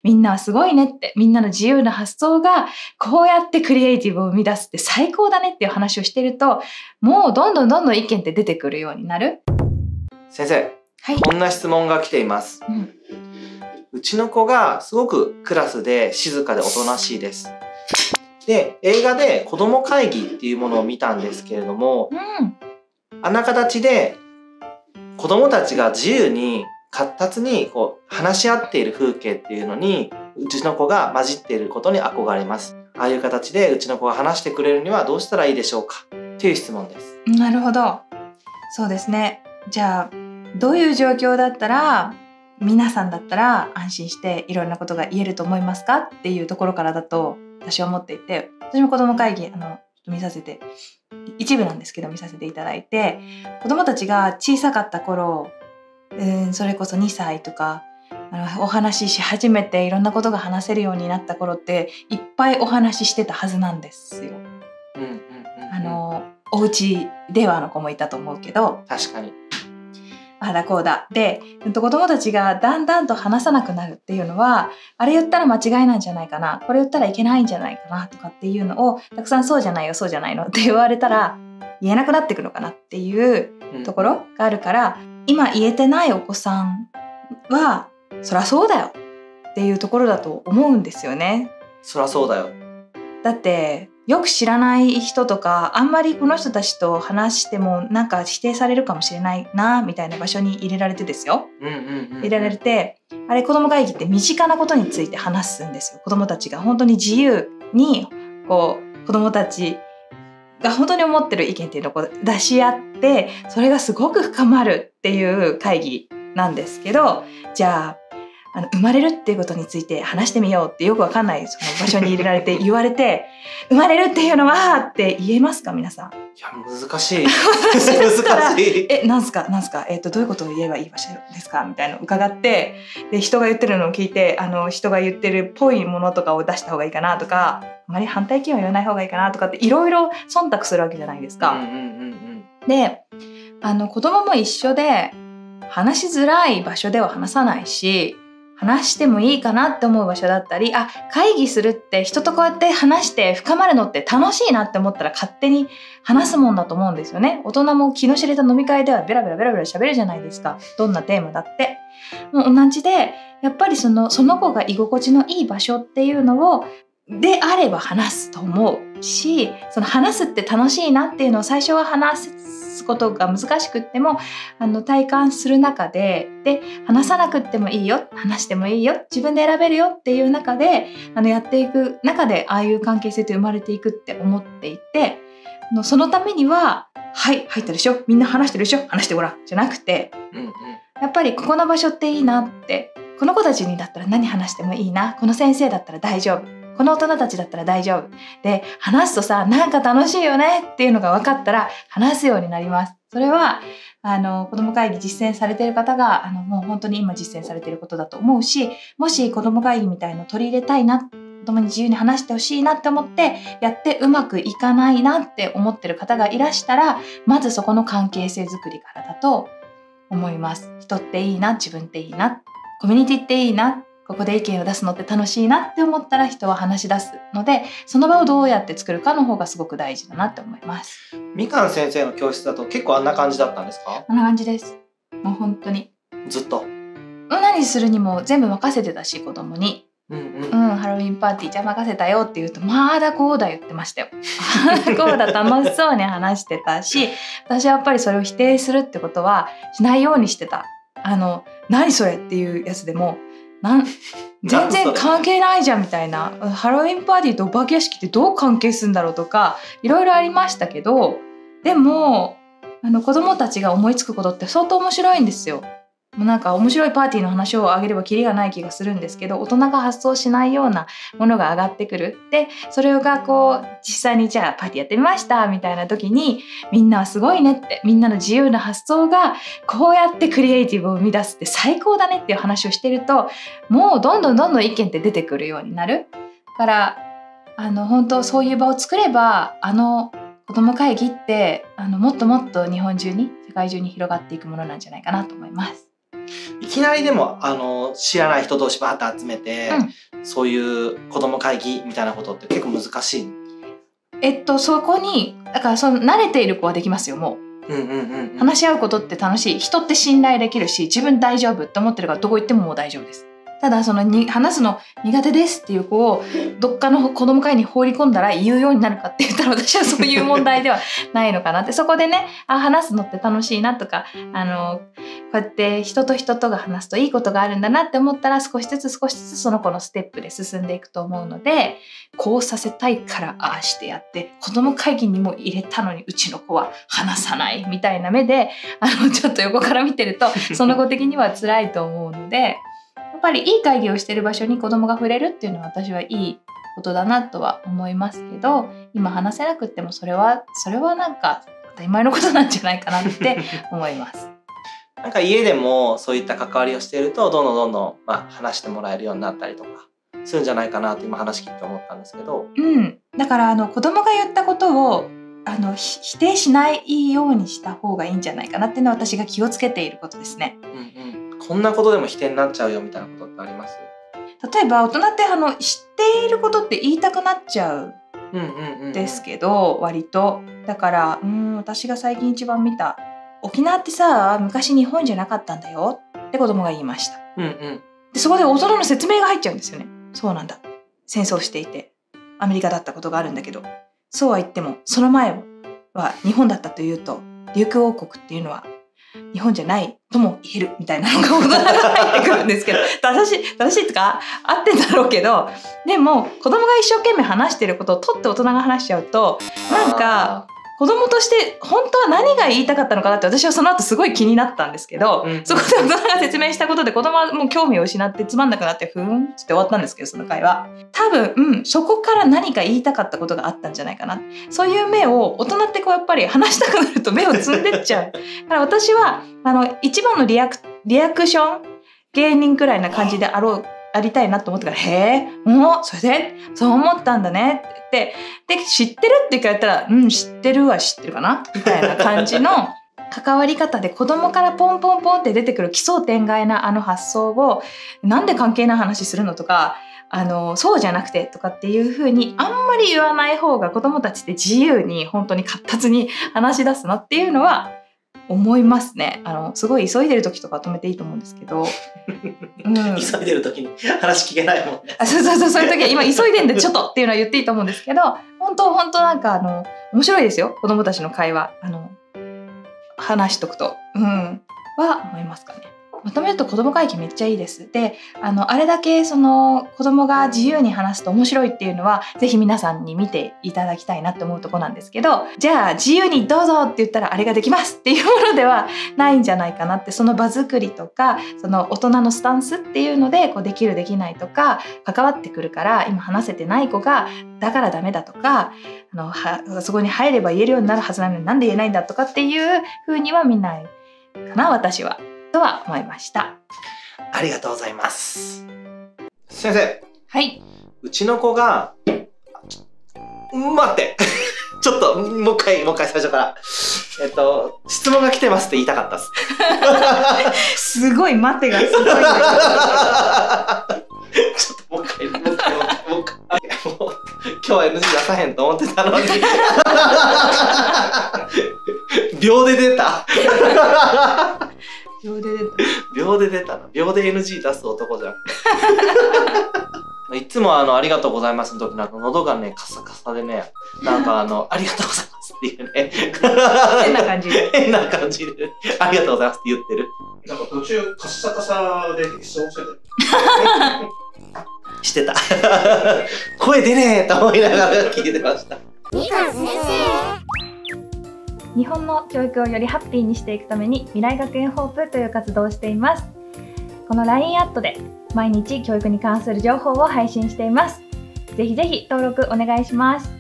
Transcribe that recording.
みんなはすごいねって、みんなの自由な発想がこうやってクリエイティブを生み出すって最高だねっていう話をしてると、もうどんどん意見って出てくるようになる。 先生、 はい、 こんな質問が来ています。うちの子がすごくクラスで静かでおとなしいです。で、映画で子供会議っていうものを見たんですけれども、あんな形で子供たちが自由に活発に話し合っている風景っていうのに、うちの子が混じっていることに憧れます。ああいう形でうちの子が話してくれるにはどうしたらいいでしょうかっていう質問です。 なるほど。そうですね。じゃあどういう状況だったら皆さんだったら安心していろんなことが言えると思いますかっていうところからだと私は思っていて、私も子ども会議見させて、一部なんですけど見させていただいて、子どもたちが小さかった頃、それこそ2歳とかお話しし始めていろんなことが話せるようになった頃っていっぱいお話ししてたはずなんですよ。お家ではの子もいたと思うけど、 確かにあだこうだで、子供たちがだんだんと話さなくなるっていうのは、あれ言ったら間違いなんじゃないかな、これ言ったらいけないんじゃないかなとかっていうのをたくさんそうじゃないよそうじゃないのって言われたら言えなくなってくるのかなっていうところがあるから、今言えてないお子さんはそりゃそうだよっていうところだと思うんですよね。 そりゃそうだよ。 だってよく知らない人とか、あんまりこの人たちと話してもなんか否定されるかもしれないなみたいな場所に入れられてですよ、入れられて、あれ子供会議って身近なことについて話すんですよ。子供たちが本当に自由に子供たちが本当に思ってる意見っていうのを出し合って、それがすごく深まるっていう会議なんですけど、じゃあ生まれるっていうことについて話してみようってよくわかんないその場所に入れられて言われて生まれるっていうのはって言えますか皆さん。 いや難しい難しい。 なんすかどういうことを言えばいい場所ですかみたいなのを伺って、で人が言ってるのを聞いて人が言ってるっぽいものとかを出した方がいいかなとか、あまり反対意見を言わない方がいいかなとかっていろいろ忖度するわけじゃないですか。で子供も一緒で、話しづらい場所では話さないし、話してもいいかなって思う場所だったり、会議するって人とこうやって話して深まるのって楽しいなって思ったら勝手に話すもんだと思うんですよね。大人も気の知れた飲み会ではベラベラ喋るじゃないですか。どんなテーマだって。もう同じで、やっぱりその子が居心地のいい場所っていうのをであれば話すと思うし、その話すって楽しいなっていうのを最初は話すことが難しくっても体感する中で、話さなくってもいいよ、話してもいいよ、自分で選べるよっていう中でやっていく中で、ああいう関係性って生まれていくって思っていて、そのためには入ったでしょ、みんな話してるでしょ、話してごらんじゃなくて、やっぱりここの場所っていいなって、この子たちにだったら何話してもいいな、この先生だったら大丈夫、この大人たちだったら大丈夫で、話すとさなんか楽しいよねっていうのが分かったら話すようになります。それは子ども会議実践されている方がもう本当に今実践されていることだと思うし、もし子ども会議みたいのを取り入れたいな、子供に自由に話してほしいなって思ってやってうまくいかないなって思ってる方がいらしたら、まずそこの関係性づくりからだと思います。人っていいな、自分っていいな、コミュニティっていいな、ここで意見を出すのって楽しいなって思ったら人は話し出すので、その場をどうやって作るかの方がすごく大事だなって思います。 みかん先生の教室だと結構あんな感じだったんですか？ あんな感じです。もう本当にずっと何するにも全部任せてたし、子供にハロウィンパーティーじゃあ任せたよって言うと、まあだこうだ言ってましたよ。こうだ楽しそうに話してたし、私はやっぱりそれを否定するってことはしないようにしてた。何それっていうやつでも全然関係ないじゃんみたいな、ハロウィンパーティーとお化け屋敷ってどう関係するんだろうとかいろいろありましたけど、でも子供たちが思いつくことって相当面白いんですよ。もうなんか面白いパーティーの話をあげればキリがない気がするんですけど、大人が発想しないようなものが上がってくる。でそれが実際にじゃあパーティーやってみましたみたいな時に、みんなはすごいねって、みんなの自由な発想がこうやってクリエイティブを生み出すって最高だねっていう話をしてると、もうどんどん意見って出てくるようになるから本当そういう場を作れば子ども会議ってもっともっと日本中に世界中に広がっていくものなんじゃないかなと思います。 いききなりでも知らない人同士バーッと集めて、そういう子ども会議みたいなことって結構難しい。 そこにだから慣れている子はできますよ。もう話し合うことって楽しい。人って信頼できるし、自分大丈夫って思ってるからどこ行ってももう大丈夫です。ただ話すの苦手ですっていう子をどっかの子ども会に放り込んだら言うようになるかって言ったら、私はそういう問題ではないのかなって。そこでね、話すのって楽しいなとか、こうやって人と人とが話すといいことがあるんだなって思ったら、少しずつその子のステップで進んでいくと思うので、こうさせたいからああしてやって、子ども会議にも入れたのにうちの子は話さないみたいな目でちょっと横から見てるとその子的には辛いと思うので、やっぱりいい会議をしている場所に子どもが触れるっていうのは私はいいことだなとは思いますけど、今話せなくってもそれはなんか当たり前のことなんじゃないかなって思います。 なんか家でもそういった関わりをしているとどんどん、話してもらえるようになったりとかするんじゃないかなって今話聞いて思ったんですけど、 だから子どもが言ったことを否定しないようにした方がいいんじゃないかなっていうのは私が気をつけていることですね。 こんなことでも否定になっちゃうよみたいなことってあります？ 例えば大人って知っていることって言いたくなっちゃうんですけど、割とだから私が最近一番見た、沖縄ってさ昔日本じゃなかったんだよって子供が言いました。でそこで大人の説明が入っちゃうんですよね。そうなんだ、戦争していてアメリカだったことがあるんだけど、そうは言ってもその前は日本だったというと、琉球王国っていうのは日本じゃないとも言えるみたいなのが大人が入ってくるんですけど、正しいとか合ってんだろうけど、でも子供が一生懸命話してることを取って大人が話しちゃうと、なんか子供として本当は何が言いたかったのかなって私はその後すごい気になったんですけど、そこで大人が説明したことで子供はもう興味を失ってつまんなくなってふーんって終わったんですけど、その会話多分、そこから何か言いたかったことがあったんじゃないかな。そういう目を大人ってやっぱり話したくなると目をつんでっちゃう。だから私は一番のリアクション芸人くらいな感じでありたいなと思ったから、へえ、もうそれでそう思ったんだねって言って、で知ってるって聞かれたら、知ってるは知ってるかなみたいな感じの関わり方で、子供からポンポンポンって出てくる奇想天外な発想を、なんで関係ない話するのとか、そうじゃなくてとかっていう風にあんまり言わない方が子供たちって自由に本当に活発に話し出すなっていうのは思いますね。すごい急いでる時とか止めていいと思うんですけど、 急いでる時に話聞けないもんね。 そういう時は今急いでんでちょっとっていうのは言っていいと思うんですけど、本当なんか面白いですよ、子供たちの会話話しとくと、は思いますかね。まとめると子供会議めっちゃいいです。で、あれだけ子供が自由に話すと面白いっていうのはぜひ皆さんに見ていただきたいなって思うところなんですけど、じゃあ自由にどうぞって言ったらあれができますっていうものではないんじゃないかなって。その場作りとかその大人のスタンスっていうのでできるできないとか関わってくるから、今話せてない子がだからダメだとか、そこに入れば言えるようになるはずなのになんで言えないんだとかっていう風には見ないかな、私はとは思いました。 ありがとうございます。先生。 はい。 うちの子が待ってちょっともう一回最初から質問が来てますって言いたかったですすごい待てがすごいちょっともう一回もう今日は NG 出さへんと思ってたのに秒で出た秒で出たな。秒で NG 出す男じゃんいつもありがとうございますの時の喉がねカサカサでね、なんかありがとうございますっていうね変な感じでありがとうございますって言ってる。 なんか途中カッサカサで質問してたしてた声出ねえと思いながら聞いてました。 みかん先生。 日本の教育をよりハッピーにしていくために未来学園ホープという活動をしています。この LINE アットで毎日教育に関する情報を配信しています。ぜひぜひ登録お願いします。